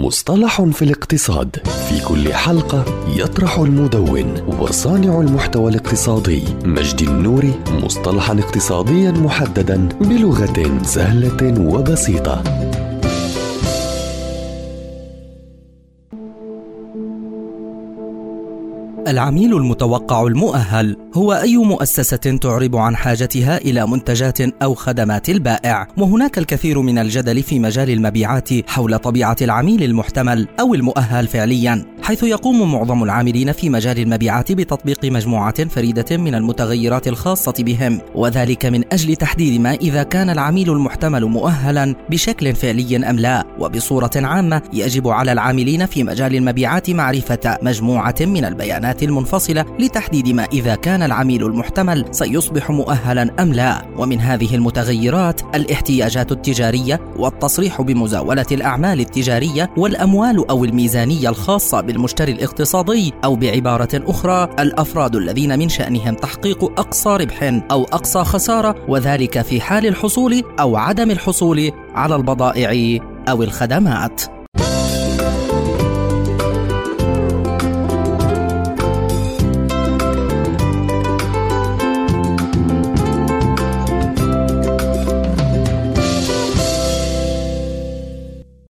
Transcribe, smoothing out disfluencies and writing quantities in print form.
مصطلح في الاقتصاد. في كل حلقة يطرح المدون وصانع المحتوى الاقتصادي مجدي النوري مصطلحا اقتصاديا محددا بلغة سهلة وبسيطة. العميل المتوقع المؤهل هو أي مؤسسة تعرب عن حاجتها إلى منتجات أو خدمات البائع، وهناك الكثير من الجدل في مجال المبيعات حول طبيعة العميل المحتمل أو المؤهل فعليا، حيث يقوم معظم العاملين في مجال المبيعات بتطبيق مجموعة فريدة من المتغيرات الخاصة بهم، وذلك من أجل تحديد ما إذا كان العميل المحتمل مؤهلا بشكل فعلي أم لا. وبصورة عامة يجب على العاملين في مجال المبيعات معرفة مجموعة من البيانات المنفصلة لتحديد ما إذا كان العميل المحتمل سيصبح مؤهلا أم لا. ومن هذه المتغيرات الاحتياجات التجارية والتصريح بمزاولة الأعمال التجارية والأموال أو الميزانية الخاصة بالمشتري الاقتصادي، أو بعبارة أخرى الأفراد الذين من شأنهم تحقيق أقصى ربح أو أقصى خسارة، وذلك في حال الحصول أو عدم الحصول على البضائع أو الخدمات.